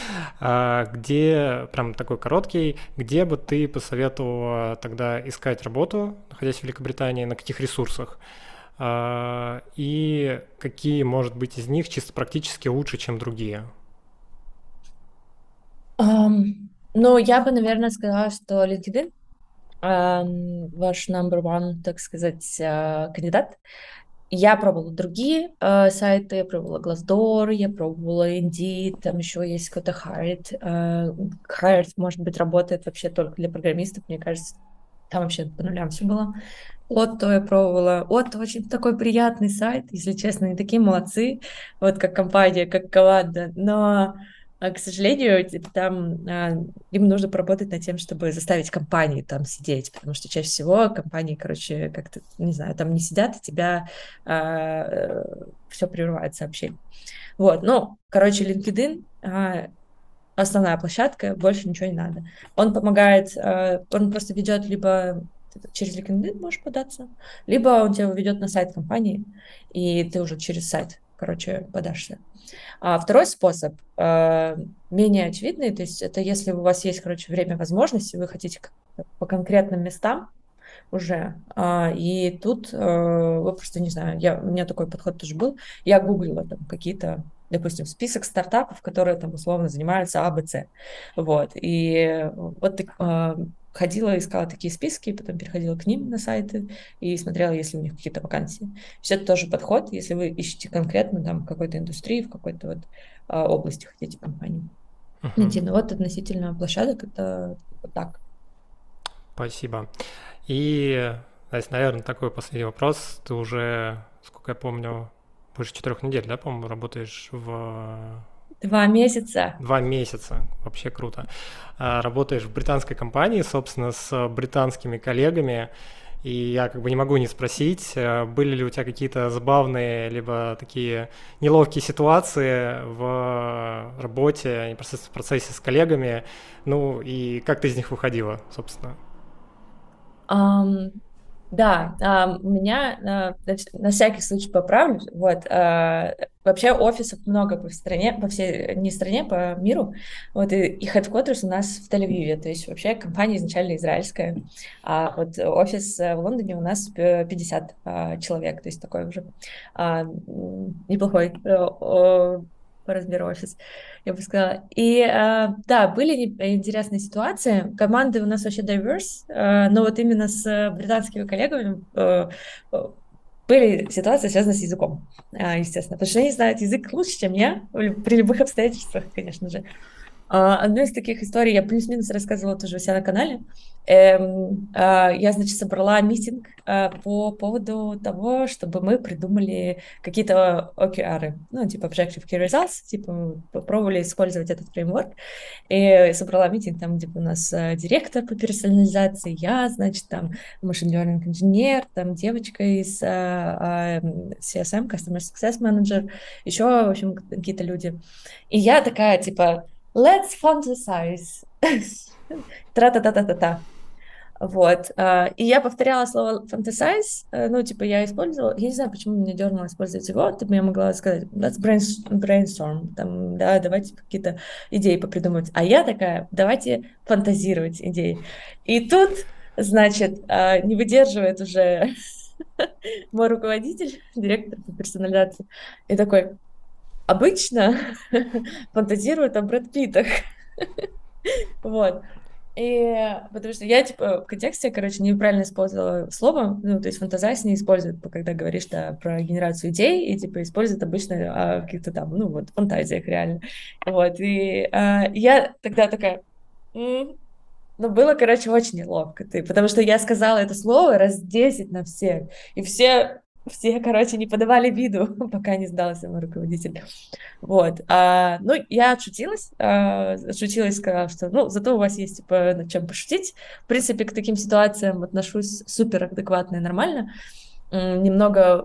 где прям такой короткий, где бы ты посоветовала тогда искать работу, находясь в Великобритании, на каких ресурсах, и какие, может быть, из них чисто практически лучше, чем другие? Ну, я бы, наверное, сказала, что LinkedIn ваш number one, так сказать, кандидат. Я пробовала другие сайты, я пробовала Glassdoor, я пробовала Indeed, там еще есть какой-то Hired. Hired, может быть, работает вообще только для программистов, мне кажется. Там вообще по нулям все было. Отто я пробовала. Отто очень такой приятный сайт, если честно, они такие молодцы, вот как компания, как команда. Но, к сожалению, типа, там им нужно поработать над тем, чтобы заставить компании там сидеть, потому что чаще всего компании, короче, как-то, не знаю, там не сидят, и тебя все прерывает сообщение. Вот, ну, короче, LinkedIn основная площадка, больше ничего не надо. Он помогает, он просто ведет либо через LinkedIn можешь податься, либо он тебя ведет на сайт компании, и ты уже через сайт, короче, подашься. А второй способ, менее очевидный, то есть это если у вас есть, короче, время, возможности, вы хотите по конкретным местам, уже. И тут вы просто, не знаю, у меня такой подход тоже был. Я гуглила там какие-то, допустим, список стартапов, которые там условно занимаются А, Б, С. Вот. И вот ходила, искала такие списки, потом переходила к ним на сайты и смотрела, есть ли у них какие-то вакансии. Все это тоже подход, если вы ищете конкретно там в какой-то индустрии, в какой-то вот области хотите компанию найти. Мгм. Ну вот относительно площадок это вот так. Спасибо. И, Настя, наверное, такой последний вопрос. Ты уже, сколько я помню, больше 4 недель, да, по-моему, работаешь в 2 месяца. 2 месяца. Вообще круто. Работаешь в британской компании, собственно, с британскими коллегами. И я как бы не могу не спросить, были ли у тебя какие-то забавные, либо такие неловкие ситуации в работе, непосредственно в процессе с коллегами, ну и как ты из них выходила, собственно? Ам, да, у меня, на всякий случай поправлю, вот, вообще офисов много по стране, по всей, не стране, по миру, вот, и headquarters у нас в Тель-Авиве, то есть вообще компания изначально израильская, а вот офис в Лондоне у нас 50 человек, то есть такой уже неплохой по размеру офис, я бы сказала. И да, были интересные ситуации. Команды у нас вообще diverse, но вот именно с британскими коллегами э, были ситуации, связанные с языком, естественно, потому что они знают язык лучше, чем я, при любых обстоятельствах, конечно же. Одну из таких историй я плюс-минус рассказывала тоже у себя на канале. Я, значит, собрала митинг по поводу того, чтобы мы придумали какие-то OKR, ну, типа Objective Key Results, типа мы попробовали использовать этот фреймворк. И собрала митинг, там, где у нас директор по персонализации, я, значит, там, машин learning инженер, там, девочка из CSM, Customer Success Manager, еще, в общем, какие-то люди. И я такая, типа, let's fantasize. Тра-та-та-та-та-та. Вот. И я повторяла слово fantasize, ну, типа, я использовала, я не знаю, почему меня дернуло использовать его, ты бы я могла сказать, let's brainstorm, там, да, давайте какие-то идеи попридумывать. А я такая, давайте фантазировать идеи. И тут, значит, не выдерживает уже мой руководитель, директор по персонализации, и такой, обычно фантазируют о Брэд Питтах. Вот. И потому что я, типа, в контексте, короче, неправильно использовала слово, ну, то есть фантазайз не используют, когда говоришь, да, про генерацию идей, и, типа, используют обычно о каких-то там, ну, вот, фантазиях реально. Вот, и я тогда такая, «М». Ну, было, короче, очень неловко, потому что я сказала это слово раз 10 на всех, и все, короче, не подавали виду, пока не сдался мой руководитель. Вот. Ну, я отшутилась, сказала, что, ну, зато у вас есть, типа, над чем пошутить. В принципе, к таким ситуациям отношусь супер адекватно и нормально. Немного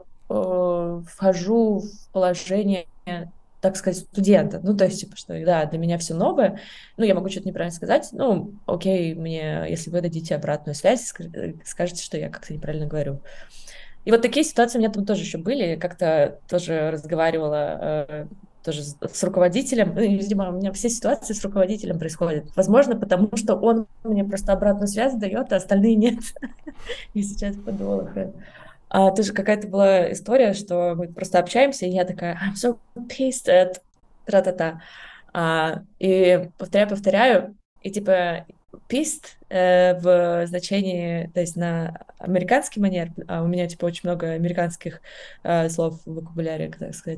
вхожу в положение, так сказать, студента. Ну, то есть, типа, что, да, для меня все новое. Ну, я могу что-то неправильно сказать. Ну, окей, мне, если вы дадите обратную связь, скажете, что я как-то неправильно говорю. И вот такие ситуации у меня там тоже еще были. Как-то тоже разговаривала тоже с руководителем. Ну, и, видимо, у меня все ситуации с руководителем происходят. Возможно, потому что он мне просто обратную связь дает, а остальные нет. И сейчас подумала. Тоже какая-то была история, что мы просто общаемся, и я такая, I'm so pissed at тра-та-та. И повторяю, и типа pissed в значении, то есть на американский манер, у меня типа очень много американских слов в вокабуляре, так сказать,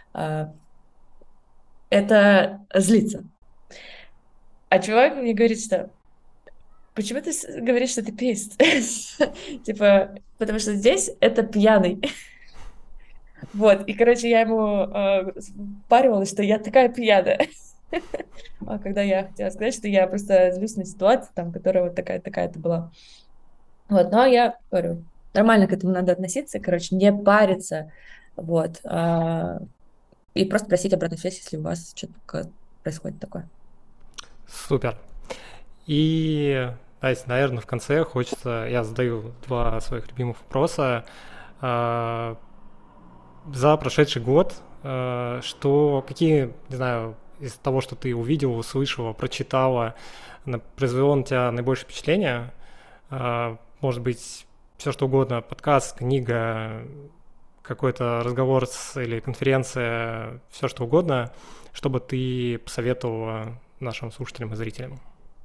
это злиться. А чувак мне говорит, что почему ты говоришь, что ты pissed? Типа, потому что здесь это пьяный. Вот, и, короче, я ему паривалась, что я такая пьяная. А когда я хотела сказать, что я просто злюсь на ситуацию, там, которая вот такая-то была. Вот, но я говорю, нормально к этому надо относиться, короче, не париться, вот, и просто просить обратную связь, если у вас что-то происходит такое. Супер. И, Настя, наверное, в конце хочется, я задаю два своих любимых вопроса. А, За прошедший год, какие, не знаю, из того, что ты увидела, услышала, прочитала, произвело на тебя наибольшее впечатление? Может быть, все что угодно, подкаст, книга, какой-то разговор или конференция, все что угодно, чтобы ты посоветовала нашим слушателям и зрителям.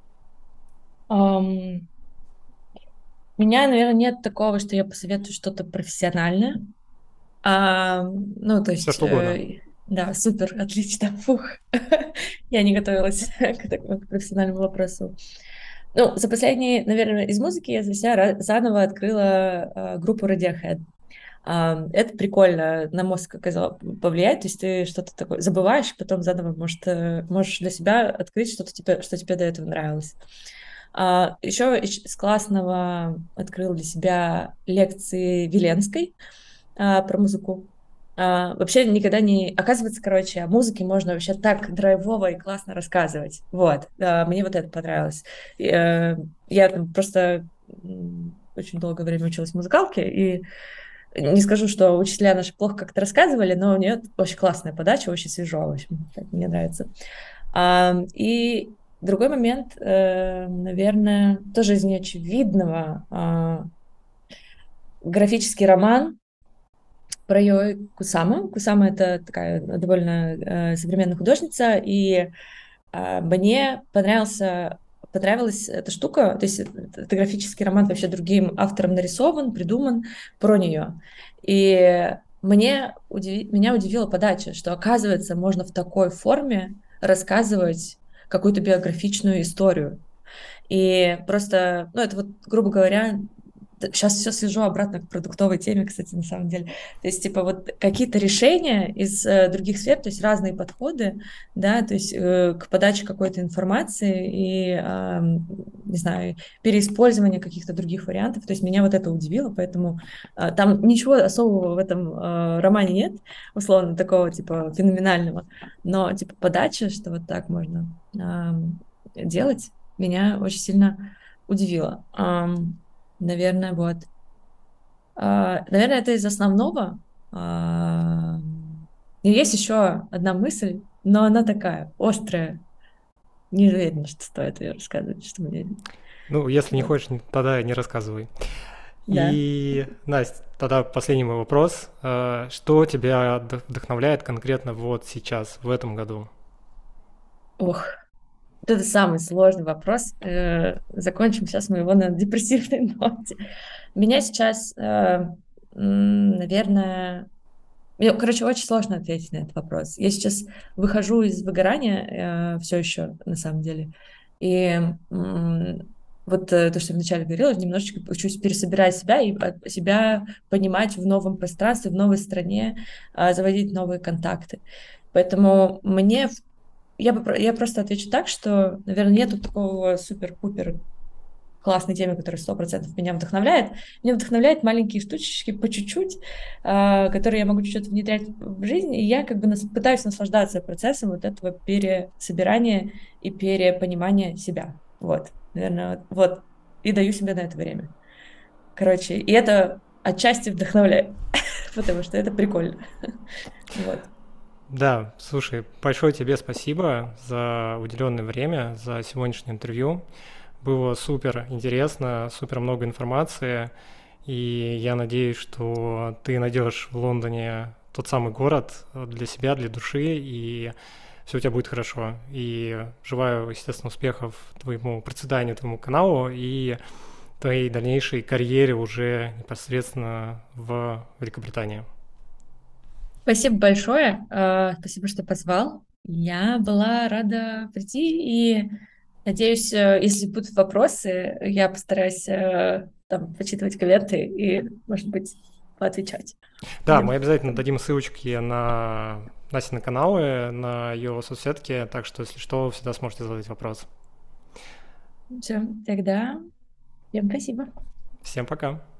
Ам, У меня, наверное, нет такого, что я посоветую что-то профессиональное. Ну, то Все есть, что угодно. да, супер, отлично, фух. Я не готовилась к такому профессиональному вопросу. Ну, за последние, наверное, из музыки я для себя заново открыла группу Radiohead. Это прикольно на мозг повлияет, то есть ты что-то такое забываешь, потом заново, можешь для себя открыть что-то, что тебе до этого нравилось. Еще из классного открыл для себя лекции Веленской про музыку. Вообще никогда не... Оказывается, короче, о музыке можно вообще так драйвово и классно рассказывать. Вот. Мне вот это понравилось. Я там просто очень долгое время училась в музыкалке, и не скажу, что учителя наши плохо как-то рассказывали, но у нее очень классная подача, очень свежо, в общем, мне нравится. И другой момент, наверное, тоже из неочевидного. Графический роман про Йоэ Кусама. Кусама — это такая довольно современная художница, и мне понравилась эта штука, то есть это графический роман вообще другим автором нарисован, придуман про нее. И меня удивила подача, что, оказывается, можно в такой форме рассказывать какую-то биографичную историю. И просто, ну, это вот, грубо говоря, сейчас все свяжу обратно к продуктовой теме, кстати, на самом деле. То есть, типа, вот какие-то решения из других сфер, то есть разные подходы, да, то есть к подаче какой-то информации и, не знаю, переиспользование каких-то других вариантов. То есть меня вот это удивило, поэтому там ничего особого в этом романе нет, условно, такого, типа, феноменального, но, типа, подача, что вот так можно делать, меня очень сильно удивило. Наверное, вот. Наверное, это из основного. И есть еще одна мысль, но она такая острая. Не уверена, что стоит ее рассказывать, что мне... Ну, если не Вот. хочешь, тогда не рассказывай. Да. И, Настя, тогда последний мой вопрос. Что тебя вдохновляет конкретно вот сейчас, в этом году? Ох, вот это самый сложный вопрос. Закончим сейчас мы его на депрессивной ноте. Меня сейчас, наверное... Короче, очень сложно ответить на этот вопрос. Я сейчас выхожу из выгорания все еще, на самом деле. И вот то, что я вначале говорила, немножечко учусь пересобирать себя и себя понимать в новом пространстве, в новой стране, заводить новые контакты. Поэтому я просто отвечу так, что, наверное, нету такого супер-пупер классной теме, которая 100% меня вдохновляет. Меня вдохновляют маленькие штучки по чуть-чуть, которые я могу чуть-чуть внедрять в жизнь, и я как бы пытаюсь наслаждаться процессом вот этого пересобирания и перепонимания себя. Вот, наверное, вот. И даю себе на это время. Короче, и это отчасти вдохновляет, потому что это прикольно. Вот. Да, слушай, большое тебе спасибо за уделенное время, за сегодняшнее интервью. Было супер интересно, супер много информации, и я надеюсь, что ты найдешь в Лондоне тот самый город для себя, для души, и все у тебя будет хорошо. И желаю, естественно, успехов твоему процветанию, твоему каналу и твоей дальнейшей карьере уже непосредственно в Великобритании. Спасибо большое. Спасибо, что позвал. Я была рада прийти и надеюсь, если будут вопросы, я постараюсь там почитывать комменты и, может быть, поотвечать. Да, Да. мы обязательно дадим ссылочки на Настины каналы, на ее соцсетки, так что, если что, всегда сможете задать вопрос. Все, тогда всем спасибо. Всем пока!